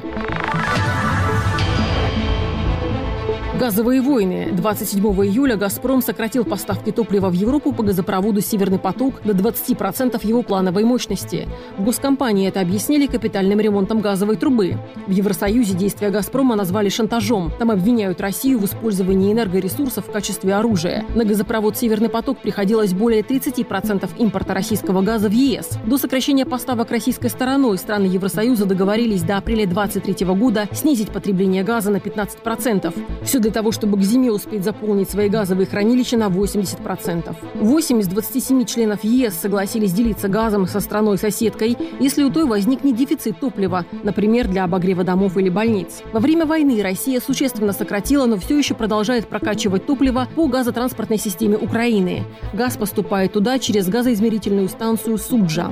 L: Газовые войны. двадцать седьмого июля «Газпром» сократил поставки топлива в Европу по газопроводу «Северный поток» до двадцати процентов его плановой мощности. В госкомпании это объяснили капитальным ремонтом газовой трубы. В Евросоюзе действия «Газпрома» назвали шантажом. Там обвиняют Россию в использовании энергоресурсов в качестве оружия. На газопровод «Северный поток» приходилось более тридцати процентов импорта российского газа в ЕС. До сокращения поставок российской стороной страны Евросоюза договорились до апреля двадцать третьего года снизить потребление газа на пятнадцать процентов. Все для того, чтобы к зиме успеть заполнить свои газовые хранилища на восемьдесят процентов. восемь из двадцати семи членов ЕС согласились делиться газом со страной-соседкой, если у той возникнет дефицит топлива, например, для обогрева домов или больниц. Во время войны Россия существенно сократила, но все еще продолжает прокачивать топливо по газотранспортной системе Украины. Газ поступает туда через газоизмерительную станцию «Суджа».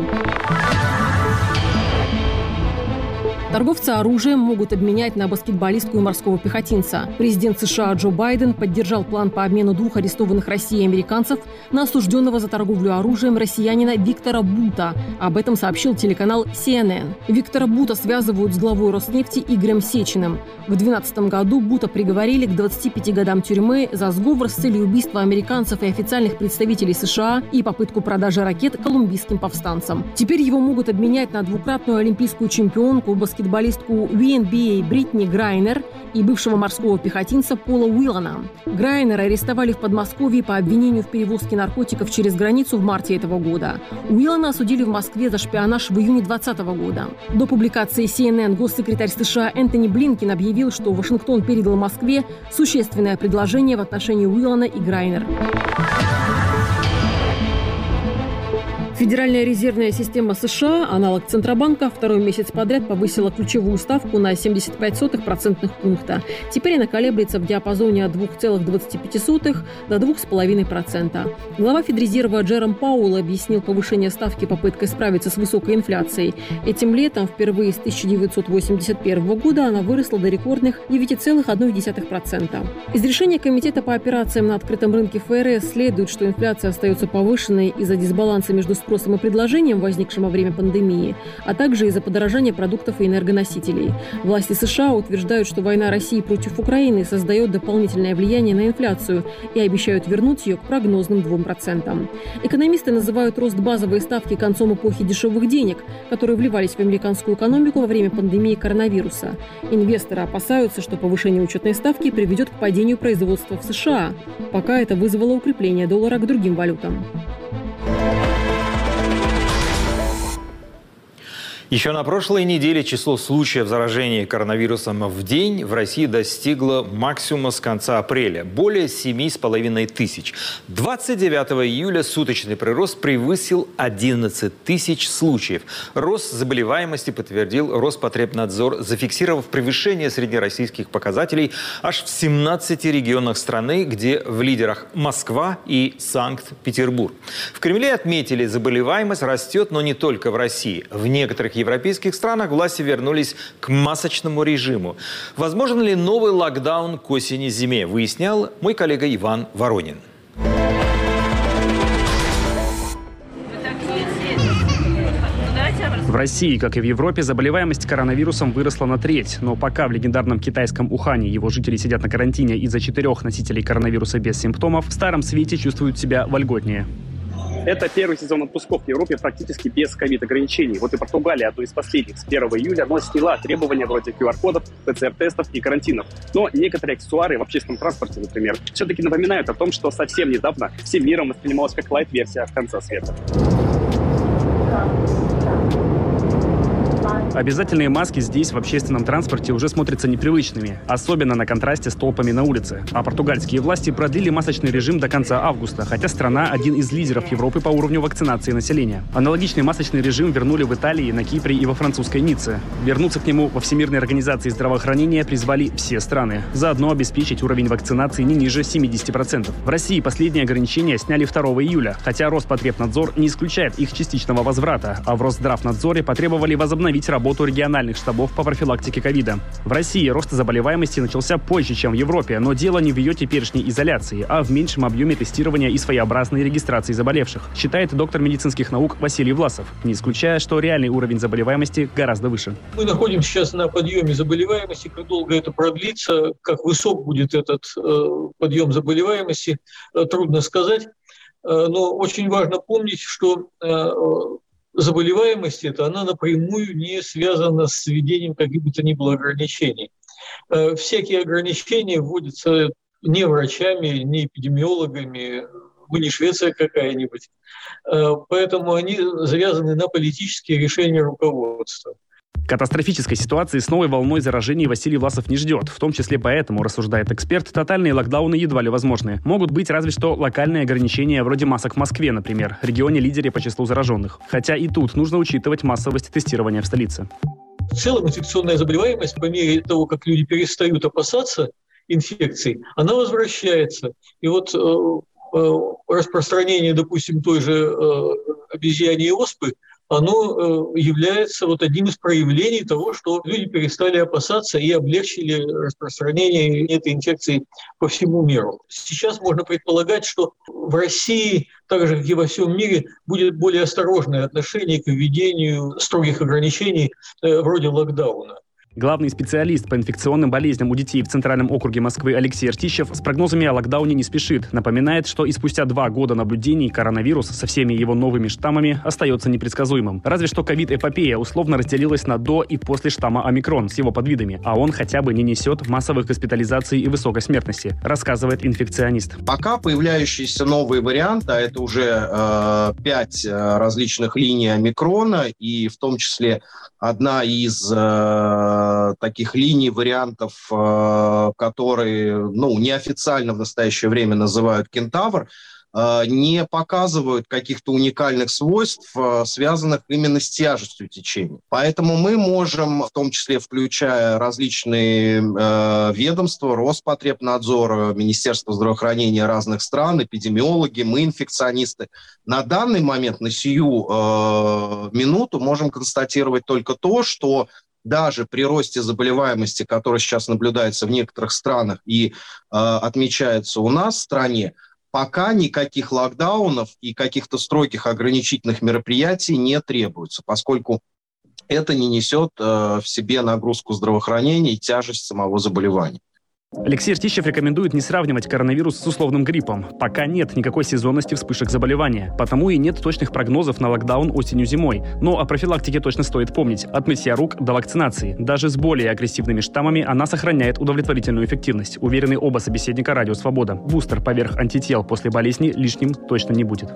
L: Торговцы оружием могут обменять на баскетболистку и морского пехотинца. Президент США Джо Байден поддержал план по обмену двух арестованных Россией американцев на осужденного за торговлю оружием россиянина Виктора Бута. Об этом сообщил телеканал Си Эн Эн. Виктора Бута связывают с главой Роснефти Игорем Сечиным. В две тысячи двенадцатом году Бута приговорили к двадцати пяти годам тюрьмы за сговор с целью убийства американцев и официальных представителей США и попытку продажи ракет колумбийским повстанцам. Теперь его могут обменять на двукратную олимпийскую чемпионку баскетболистку баскетболистку Ви Эн Би Эй Бритни Грайнер и бывшего морского пехотинца Пола Уиллана. Грайнера арестовали в Подмосковье по обвинению в перевозке наркотиков через границу в марте этого года. Уиллана осудили в Москве за шпионаж в июне двадцатого года. До публикации Си Эн Эн госсекретарь США Энтони Блинкен объявил, что Вашингтон передал Москве существенное предложение в отношении Уиллана и Грайнер. Федеральная резервная система США, аналог Центробанка, второй месяц подряд повысила ключевую ставку на семьдесят пять сотых процентных пункта. Теперь она колеблется в диапазоне от двух целых двадцати пяти сотых до двух с половиной процента. Глава Федрезерва Джером Пауэлл объяснил повышение ставки попыткой справиться с высокой инфляцией. Этим летом, впервые с тысяча девятьсот восемьдесят первого года, она выросла до рекордных девяти целых одной десятой процента. Из решения Комитета по операциям на открытом рынке Эф Эр Эс следует, что инфляция остается повышенной из-за дисбаланса между спросом и предложением, возникшим во время пандемии, а также из-за подорожания продуктов и энергоносителей. Власти США утверждают, что война России против Украины создает дополнительное влияние на инфляцию и обещают вернуть ее к прогнозным двум процентам. Экономисты называют рост базовой ставки концом эпохи дешевых денег, которые вливались в американскую экономику во время пандемии коронавируса. Инвесторы опасаются, что повышение учетной ставки приведет к падению производства в США. Пока это вызвало укрепление доллара к другим валютам.
A: Еще на прошлой неделе число случаев заражения коронавирусом в день в России достигло максимума с конца апреля – более семи с половиной тысяч. двадцать девятого июля суточный прирост превысил одиннадцать тысяч случаев. Рост заболеваемости подтвердил Роспотребнадзор, зафиксировав превышение среднероссийских показателей аж в семнадцати регионах страны, где в лидерах Москва и Санкт-Петербург. В Кремле отметили, заболеваемость растет, но не только в России. В некоторых В европейских странах власти вернулись к масочному режиму. Возможен ли новый локдаун к осени-зиме, выяснял мой коллега Иван Воронин.
M: В России, как и в Европе, заболеваемость коронавирусом выросла на треть. Но пока в легендарном китайском Ухане его жители сидят на карантине из-за четырех носителей коронавируса без симптомов, в Старом Свете чувствуют себя вольготнее.
N: Это первый сезон отпусков в Европе практически без ковид-ограничений. Вот и Португалия, одно из последних, с первого июля, но сняла требования вроде ку ар-кодов, пэ цэ эр-тестов и карантинов. Но некоторые аксессуары в общественном транспорте, например, все-таки напоминают о том, что совсем недавно всем миром воспринималась как лайт-версия конца света.
M: Обязательные маски здесь, в общественном транспорте, уже смотрятся непривычными, особенно на контрасте с толпами на улице. А португальские власти продлили масочный режим до конца августа, хотя страна один из лидеров Европы по уровню вакцинации населения. Аналогичный масочный режим вернули в Италии, на Кипре и во французской Ницце. Вернуться к нему во Всемирной организации здравоохранения призвали все страны. Заодно обеспечить уровень вакцинации не ниже семидесяти процентов. В России последние ограничения сняли второго июля, хотя Роспотребнадзор не исключает их частичного возврата, а в Росздравнадзоре потребовали возобновить работу работу региональных штабов по профилактике ковида. В России рост заболеваемости начался позже, чем в Европе, но дело не в ее теперешней изоляции, а в меньшем объеме тестирования и своеобразной регистрации заболевших, считает доктор медицинских наук Василий Власов, не исключая, что реальный уровень заболеваемости гораздо выше.
O: Мы находимся сейчас на подъеме заболеваемости. Как долго это продлится, как высок будет этот э, подъем заболеваемости, э, трудно сказать. Э, но очень важно помнить, что э, заболеваемость эта, она напрямую не связана с введением каких бы то ни было ограничений. Э, всякие ограничения вводятся не врачами, не эпидемиологами, мы не Швеция какая-нибудь. Э, поэтому они завязаны на политические решения руководства.
M: Катастрофической ситуации с новой волной заражений Василий Власов не ждет. В том числе поэтому, рассуждает эксперт, тотальные локдауны едва ли возможны. Могут быть разве что локальные ограничения вроде масок в Москве, например, регионе-лидере по числу зараженных. Хотя и тут нужно учитывать массовость тестирования в столице.
O: В целом инфекционная заболеваемость, по мере того, как люди перестают опасаться инфекций, она возвращается. И вот э, э, распространение, допустим, той же э, обезьяньей оспы, оно является вот одним из проявлений того, что люди перестали опасаться и облегчили распространение этой инфекции по всему миру. Сейчас можно предполагать, что в России, так же как и во всем мире, будет более осторожное отношение к введению строгих ограничений вроде локдауна.
M: Главный специалист по инфекционным болезням у детей в Центральном округе Москвы Алексей Ртищев с прогнозами о локдауне не спешит. Напоминает, что и спустя два года наблюдений коронавирус со всеми его новыми штаммами остается непредсказуемым. Разве что ковид-эпопея условно разделилась на до и после штамма омикрон с его подвидами, а он хотя бы не несет массовых госпитализаций и высокой смертности, рассказывает инфекционист.
P: Пока появляющиеся новые варианты, а это уже э, пять э, различных линий омикрона, и в том числе одна из э, таких линий, вариантов, э, которые ну, неофициально в настоящее время называют кентавр, э, не показывают каких-то уникальных свойств, э, связанных именно с тяжестью течения. Поэтому мы можем, в том числе включая различные э, ведомства, Роспотребнадзор, Министерство здравоохранения разных стран, эпидемиологи, мы инфекционисты, на данный момент, на сию э, минуту можем констатировать только то, что даже при росте заболеваемости, который сейчас наблюдается в некоторых странах и э, отмечается у нас в стране, пока никаких локдаунов и каких-то строгих ограничительных мероприятий не требуется, поскольку это не несет э, в себе нагрузку здравоохранения и тяжесть самого заболевания.
M: Алексей Ртищев рекомендует не сравнивать коронавирус с условным гриппом. Пока нет никакой сезонности вспышек заболевания. Потому и нет точных прогнозов на локдаун осенью-зимой. Но о профилактике точно стоит помнить. От мытья рук до вакцинации. Даже с более агрессивными штаммами она сохраняет удовлетворительную эффективность. Уверены оба собеседника «Радио Свобода». Бустер поверх антител после болезни лишним точно не будет.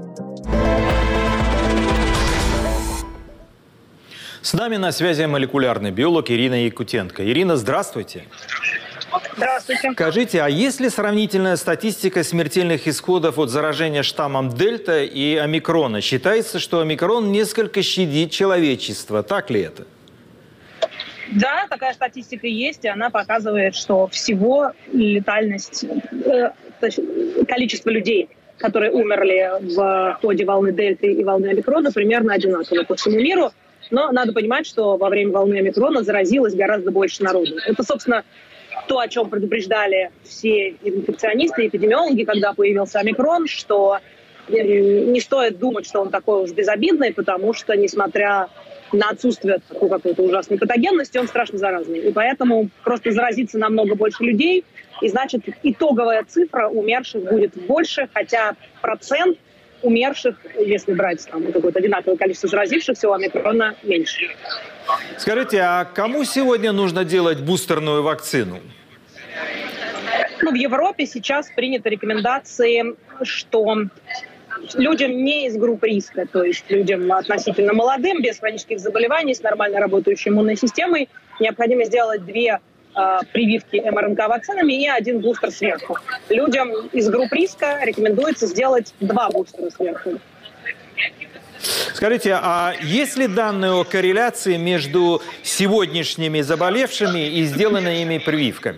A: С нами на связи молекулярный биолог Ирина Якутенко. Ирина, здравствуйте.
Q: Здравствуйте.
A: Скажите, а есть ли сравнительная статистика смертельных исходов от заражения штаммом Дельта и омикрона? Считается, что омикрон несколько щадит человечество. Так ли это?
Q: Да, такая статистика есть, и она показывает, что всего летальность, э, количество людей, которые умерли в ходе волны Дельты и волны омикрона, примерно одинаково по всему миру. Но надо понимать, что во время волны омикрона заразилось гораздо больше народу. Это, собственно, то, о чем предупреждали все инфекционисты и эпидемиологи, когда появился омикрон, что не стоит думать, что он такой уж безобидный, потому что, несмотря на отсутствие такой какой-то ужасной патогенности, он страшно заразный. И поэтому просто заразится намного больше людей, и значит итоговая цифра умерших будет больше, хотя процент умерших, если брать там какое-то одинаковое количество заразившихся, у омикрона меньше.
A: Скажите, а кому сегодня нужно делать бустерную вакцину?
Q: Ну, в Европе сейчас приняты рекомендации, что людям не из групп риска, то есть людям относительно молодым, без хронических заболеваний, с нормально работающей иммунной системой, необходимо сделать две э, прививки эм эр эн ка-вакцинами и один бустер сверху. Людям из групп риска рекомендуется сделать два бустера сверху.
A: Скажите, а есть ли данные о корреляции между сегодняшними заболевшими и сделанными прививками?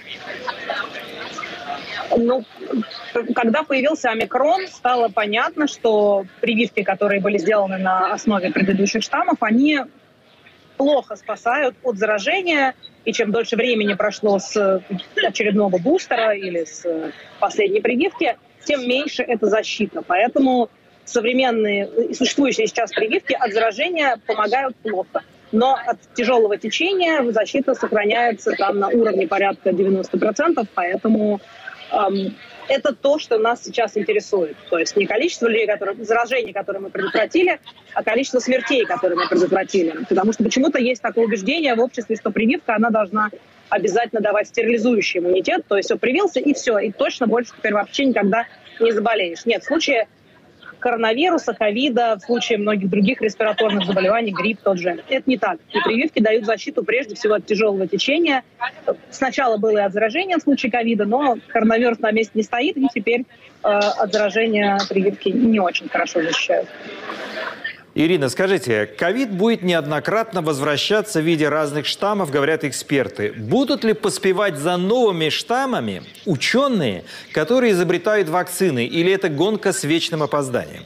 Q: Ну, когда появился омикрон, стало понятно, что прививки, которые были сделаны на основе предыдущих штаммов, они плохо спасают от заражения. И чем дольше времени прошло с очередного бустера или с последней прививки, тем меньше эта защита. Поэтому современные, существующие сейчас прививки от заражения помогают плохо. Но от тяжелого течения защита сохраняется там на уровне порядка девяносто процентов, поэтому эм, это то, что нас сейчас интересует. То есть не количество людей, которые, заражений, которые мы предотвратили, а количество смертей, которые мы предотвратили. Потому что почему-то есть такое убеждение в обществе, что прививка, она должна обязательно давать стерилизующий иммунитет, то есть все, привился и все, и точно больше теперь вообще никогда не заболеешь. Нет, в случае коронавируса, ковида, в случае многих других респираторных заболеваний, грипп тот же. Это не так. И прививки дают защиту прежде всего от тяжелого течения. Сначала было и от заражения в случае ковида, но коронавирус на месте не стоит, и теперь э, от заражения прививки не очень хорошо защищают.
A: Ирина, скажите, ковид будет неоднократно возвращаться в виде разных штаммов, говорят эксперты. Будут ли поспевать за новыми штаммами ученые, которые изобретают вакцины, или это гонка с вечным опозданием?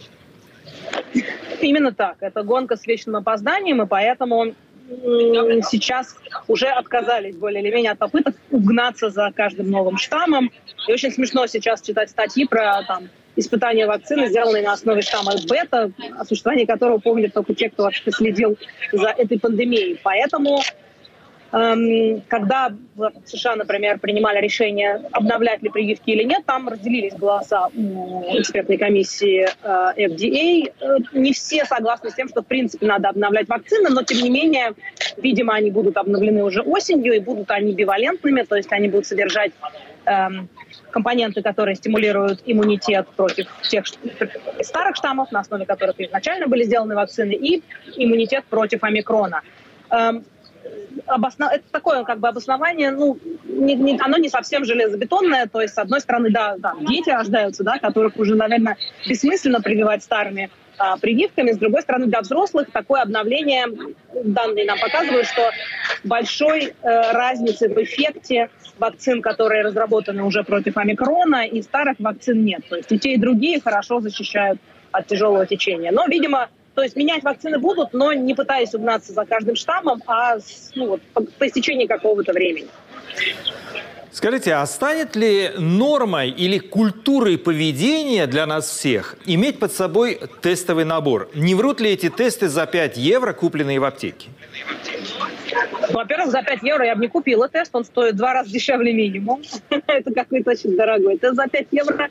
Q: Именно так. Это гонка с вечным опозданием, и поэтому сейчас уже отказались более или менее от попыток угнаться за каждым новым штаммом. И очень смешно сейчас читать статьи про там, испытания вакцины, сделанные на основе штамма бета, о существовании которого помнят только те, кто вообще следил за этой пандемией. Поэтому, эм, когда в США, например, принимали решение, обновлять ли прививки или нет, там разделились голоса у экспертной комиссии э, эф ди эй. Э, не все согласны с тем, что в принципе надо обновлять вакцины, но тем не менее, видимо, они будут обновлены уже осенью, и будут они бивалентными, то есть они будут содержать эм, компоненты, которые стимулируют иммунитет против тех старых штаммов, на основе которых изначально были сделаны вакцины, и иммунитет против омикрона. Эм, обоснов... Это такое как бы обоснование, ну, не, не, оно не совсем железобетонное, то есть, с одной стороны, да, да дети рождаются, да, которых уже, наверное, бессмысленно прививать старыми а, прививками, с другой стороны, для взрослых такое обновление, данные нам показывают, что большой э, разницы в эффекте вакцин, которые разработаны уже против омикрона, и старых вакцин нет. То есть и те, и другие хорошо защищают от тяжелого течения. Но, видимо, то есть менять вакцины будут, но не пытаясь угнаться за каждым штаммом, а ну, вот, по, по истечении какого-то времени.
A: Скажите, а станет ли нормой или культурой поведения для нас всех иметь под собой тестовый набор? Не врут ли эти тесты за пять евро, купленные в аптеке?
Q: Во-первых, за пять евро я бы не купила тест, он стоит в два раза дешевле минимум. Это какой-то очень дорогой тест за пять евро.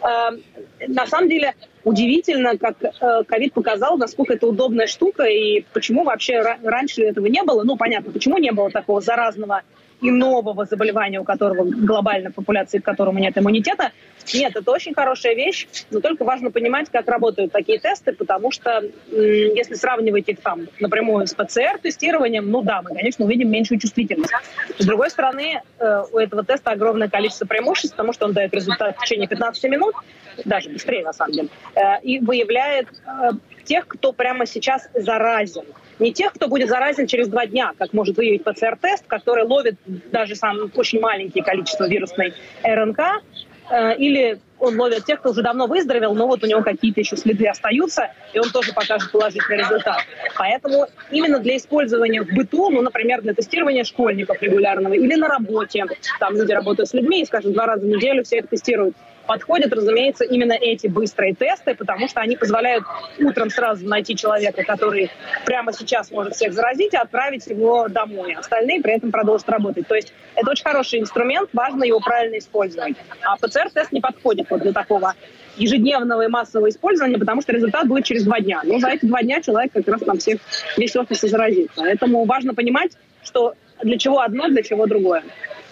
Q: На самом деле удивительно, как ковид показал, насколько это удобная штука и почему вообще раньше этого не было. Ну, понятно, почему не было такого заразного и нового заболевания, у которого глобальная популяция, к которому нет иммунитета. Нет, это очень хорошая вещь, но только важно понимать, как работают такие тесты, потому что если сравнивать их там напрямую с пэ цэ эр-тестированием, ну да, мы, конечно, увидим меньшую чувствительность. С другой стороны, у этого теста огромное количество преимуществ, потому что он дает результат в течение пятнадцати минут, даже быстрее на самом деле, и выявляет тех, кто прямо сейчас заразен. Не тех, кто будет заразен через два дня, как может выявить пэ цэ эр-тест, который ловит даже сам очень маленькие количество вирусной эр эн ка, э, или он ловит тех, кто уже давно выздоровел, но вот у него какие-то еще следы остаются, и он тоже покажет положительный результат. Поэтому именно для использования в быту, ну, например, для тестирования школьников регулярного или на работе, там люди работают с людьми и, скажем, два раза в неделю все это тестируют, подходят, разумеется, именно эти быстрые тесты, потому что они позволяют утром сразу найти человека, который прямо сейчас может всех заразить, и отправить его домой. Остальные при этом продолжат работать. То есть это очень хороший инструмент, важно его правильно использовать. А ПЦР-тест не подходит вот для такого ежедневного и массового использования, потому что результат будет через два дня. Но за эти два дня человек как раз там всех, весь офис и заразит. Поэтому важно понимать, что для чего одно, для чего другое.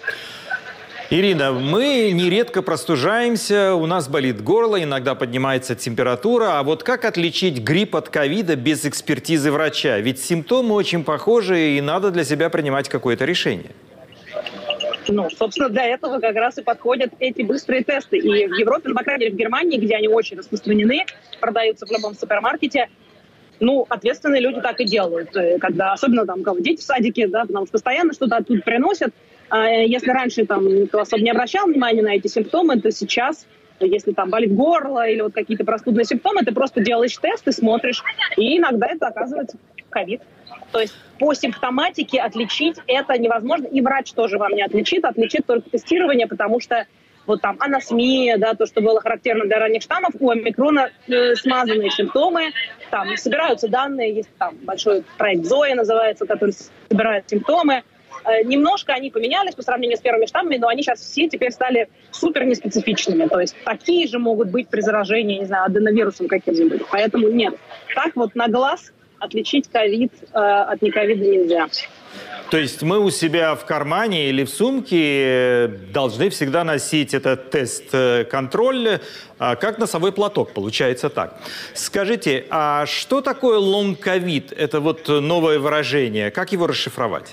A: Ирина, мы нередко простужаемся, у нас болит горло, иногда поднимается температура. А вот как отличить грипп от ковида без экспертизы врача? Ведь симптомы очень похожи, и надо для себя принимать какое-то решение.
Q: Ну, собственно, для этого как раз и подходят эти быстрые тесты. И в Европе, ну, по крайней мере, в Германии, где они очень распространены, продаются в любом супермаркете, ну, ответственные люди так и делают. Когда, особенно там, у кого дети в садике, да, потому что постоянно что-то оттуда приносят. Если раньше там никто особо не обращал внимания на эти симптомы, то сейчас, если там болит горло или вот какие-то простудные симптомы, ты просто делаешь тест и смотришь, и иногда это оказывается ковид. То есть по симптоматике отличить это невозможно, и врач тоже вам не отличит, отличит только тестирование, потому что вот там анасмия, да, то, что было характерно для ранних штаммов, у омикрона э, смазанные симптомы, там собираются данные, есть там большой проект Зоя называется, который собирает симптомы. Э, немножко они поменялись по сравнению с первыми штаммами, но они сейчас все теперь стали супер неспецифичными, то есть такие же могут быть при заражении, не знаю, аденовирусом каким-нибудь. Поэтому нет, так вот на глаз отличить ковид э, от нековида нельзя.
A: То есть мы у себя в кармане или в сумке должны всегда носить этот тест-контроль как носовой платок, получается так. Скажите, а что такое лонг-ковид? Это вот новое выражение. Как его расшифровать?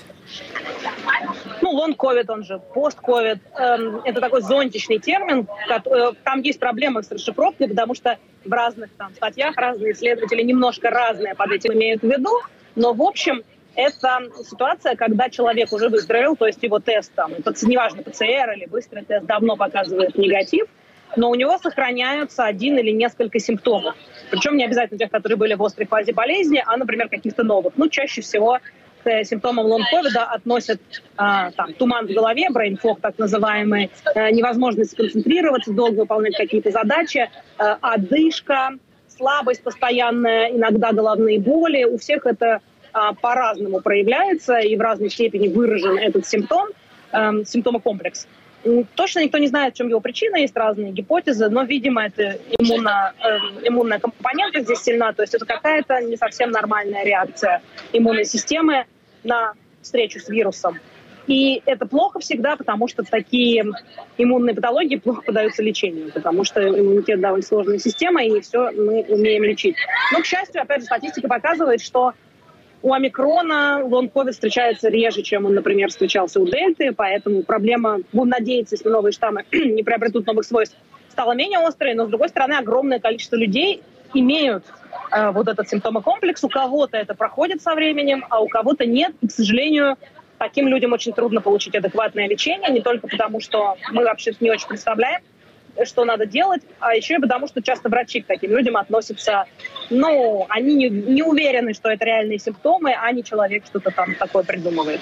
Q: Ну, лонг-ковид, он же пост-ковид. Эм, это такой зонтичный термин. Там есть проблемы с расшифровкой, потому что в разных там статьях разные исследователи немножко разные под этим имеют в виду. Но, в общем, это ситуация, когда человек уже выздоровел, то есть его тест, там, неважно, ПЦР или быстрый тест, давно показывает негатив, но у него сохраняются один или несколько симптомов. Причем не обязательно тех, которые были в острой фазе болезни, а, например, каких-то новых. Ну, чаще всего к симптомам лонг-ковида относят а, там, туман в голове, brain fog так называемый, а, невозможность сконцентрироваться, долго выполнять какие-то задачи, а, одышка, слабость постоянная, иногда головные боли. У всех это а, по-разному проявляется и в разной степени выражен этот симптом, а, симптомокомплекс. Точно никто не знает, в чем его причина, есть разные гипотезы, но, видимо, это иммуно, э, иммунная компонента здесь сильна, то есть это какая-то не совсем нормальная реакция иммунной системы на встречу с вирусом. И это плохо всегда, потому что такие иммунные патологии плохо поддаются лечению, потому что иммунитет довольно сложная система, и не все мы умеем лечить. Но, к счастью, опять же, статистика показывает, что у омикрона лонг-ковид встречается реже, чем он, например, встречался у дельты, поэтому проблема, будем надеяться, если новые штаммы не приобретут новых свойств, стала менее острой, но, с другой стороны, огромное количество людей имеют э, вот этот симптомокомплекс. У кого-то это проходит со временем, а у кого-то нет. И, к сожалению, таким людям очень трудно получить адекватное лечение, не только потому, что мы вообще не очень представляем, что надо делать, а еще и потому, что часто врачи к таким людям относятся, ну, они не, не уверены, что это реальные симптомы, а не человек что-то там такое придумывает.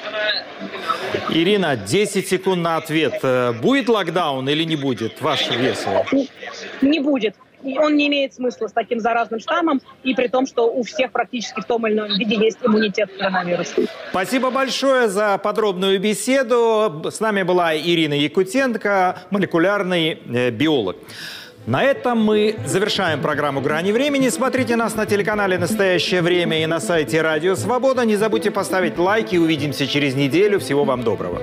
A: Ирина, десять секунд на ответ. Будет локдаун или не будет? Ваша версия?
Q: Не будет. И он не имеет смысла с таким заразным штаммом, и при том, что у всех практически в том или ином виде есть иммунитет к коронавирусу.
A: Спасибо большое за подробную беседу. С нами была Ирина Якутенко, молекулярный биолог. На этом мы завершаем программу «Грани времени». Смотрите нас на телеканале «Настоящее время» и на сайте «Радио Свобода». Не забудьте поставить лайки. Увидимся через неделю. Всего вам доброго.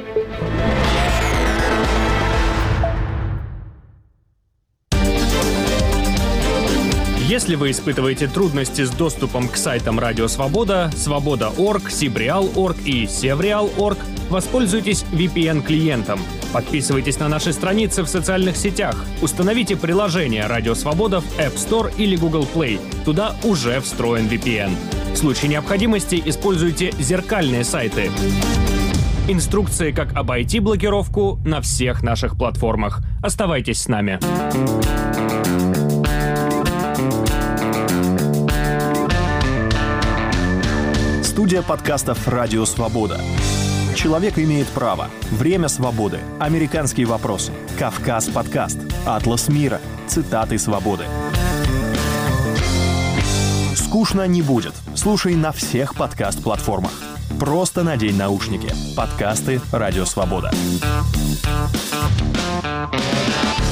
M: Если вы испытываете трудности с доступом к сайтам Радио Свобода, Свобода точка орг, Сибреал точка орг и Севреал точка орг, воспользуйтесь ви пи эн-клиентом. Подписывайтесь на наши страницы в социальных сетях. Установите приложение Радио Свобода в App Store или Google Play. Туда уже встроен ви пи эн. В случае необходимости используйте зеркальные сайты. Инструкции, как обойти блокировку, на всех наших платформах. Оставайтесь с нами.
R: Студия подкастов «Радио Свобода». «Человек имеет право», «Время свободы», «Американские вопросы», «Кавказ подкаст», «Атлас мира», «Цитаты свободы». Скучно не будет. Слушай на всех подкаст-платформах. Просто надень наушники. Подкасты «Радио Свобода».